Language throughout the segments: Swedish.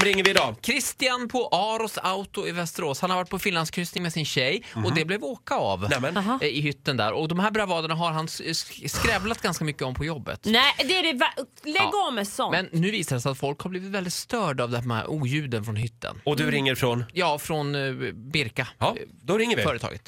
ringer vi idag? Christian på Aros Auto i Västerås. Han har varit på Finlandskryssning med sin tjej och det blev åka av i hytten där. Och de här bravaderna har han skrävlat ganska mycket om på jobbet. Nej, det är det. Lägg av med sånt. Men nu visar det sig att folk har blivit väldigt störda av de här oljuden från hytten. Och du ringer från? Ja, från Birka. Ja, då ringer vi. Företaget.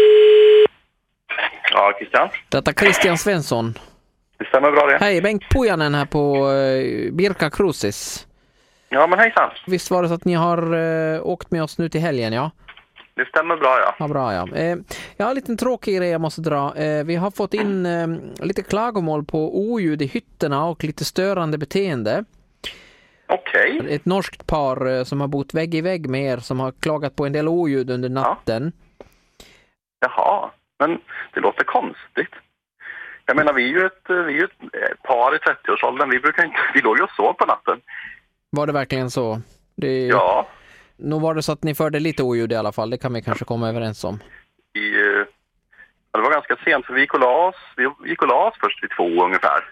Ja, Christian. Detta Christian Svensson. Det stämmer bra det. Hej, Bengt Pujanen här på Birka Cruises. Ja, men hejsan. Visst var det så att ni har åkt med oss nu till helgen, ja? Det stämmer bra, ja. Ja, bra, ja. Jag har en liten tråkig grej jag måste dra. Vi har fått in lite klagomål på oljud i hytterna och lite störande beteende. Okej. Ett norskt par som har bott vägg i vägg med er som har klagat på en del oljud under natten. Jaha, men det låter konstigt. Jag menar, vi är ju ett par i 30-årsåldern. Vi låg ju och sov på natten. Var det verkligen så? Ja. Nog var det så att ni förde lite oljud i alla fall. Det kan vi kanske komma överens om. Det var ganska sent, för vi gick och la oss först vid 2 ungefär.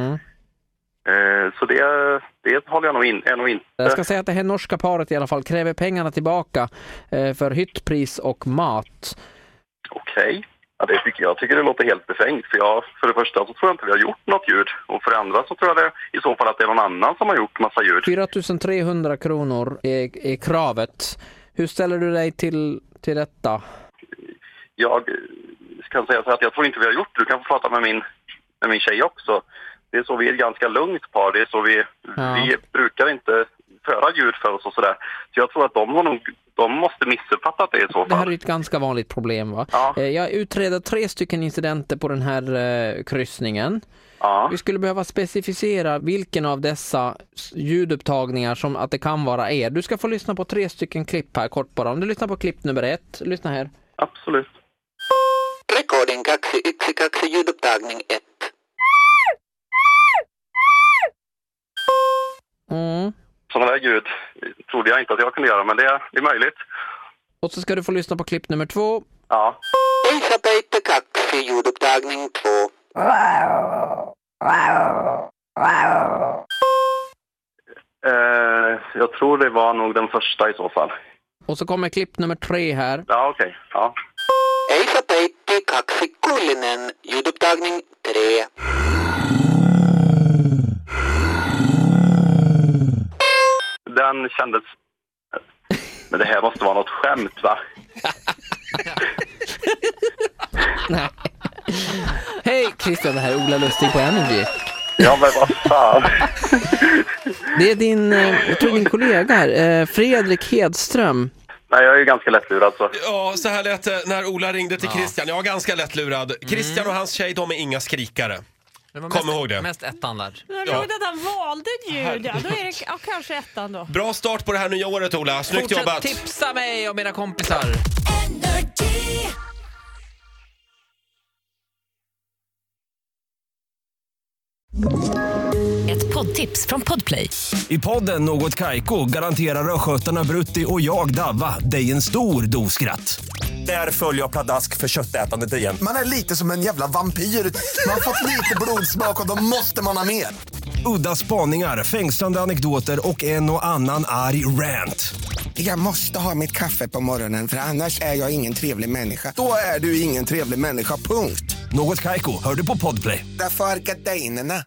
Så det håller jag nog inte. Jag ska säga att det här norska paret i alla fall kräver pengarna tillbaka för hyttpris och mat. Okej. Ja, jag tycker det låter helt befängt. För det första så tror jag inte vi har gjort något ljud. Och för det andra så tror jag det i så fall att det är någon annan som har gjort massa ljud. 4 300 kronor är kravet. Hur ställer du dig till detta? Jag kan säga så att jag tror inte vi har gjort. Du kan få prata med min tjej också. Det är så vi är ett ganska lugnt par. Det är så vi brukar inte föra ljud för oss och sådär. Så jag tror att de måste missuppfatta det i så fall. Det här är ett ganska vanligt problem, va? Ja. Jag utreder 3 stycken incidenter på den här kryssningen. Ja. Vi skulle behöva specificera vilken av dessa ljudupptagningar som att det kan vara er. Du ska få lyssna på 3 stycken klipp här kort bara. Om du lyssnar på klipp nummer 1, lyssna här. Absolut. Recording kaxi ljudupptagning 1. Sådana där ljud trodde jag inte att jag kunde göra, men det är möjligt. Och så ska du få lyssna på klipp nummer 2. Ja. Elisabeth kaxi ljudupptagning 2. Jag tror det var nog den första i så fall. Och så kommer klipp nummer 3 här. Ja, okej. Ja. Elisabeth kaxi kullinen ljudupptagning 3. Den kändes... Men det här måste vara något skämt, va? Nej. Hej Christian, det här är Ola Lustig på Energy. Ja, men vad fan. Det är din kollega här, Fredrik Hedström. Nej, jag är ju ganska lättlurad så. Ja, så här lät det när Ola ringde till Christian. Jag var ganska lättlurad. Christian och hans tjej, de är inga skrikare. Kom ihåg det. Mest ettan där. Det var roligt att han valde ett ljud. Ja, då är det kanske ettan då. Bra start på det här nya året, Ola. Snyggt jobbat. Tipsa mig och mina kompisar. Ett poddtips från Podplay. I podden Något Kaiko garanterar röskötarna Brutti och jag Davva dig en stor doskratt. Där följer jag pladask för köttätandet igen. Man är lite som en jävla vampyr. Man har fått lite blodsmak och då måste man ha mer. Udda spaningar, fängslande anekdoter och en och annan arg rant. Jag måste ha mitt kaffe på morgonen för annars är jag ingen trevlig människa. Då är du ingen trevlig människa, punkt. Något Kaiko, hör du på Podplay. Därför är gardinerna.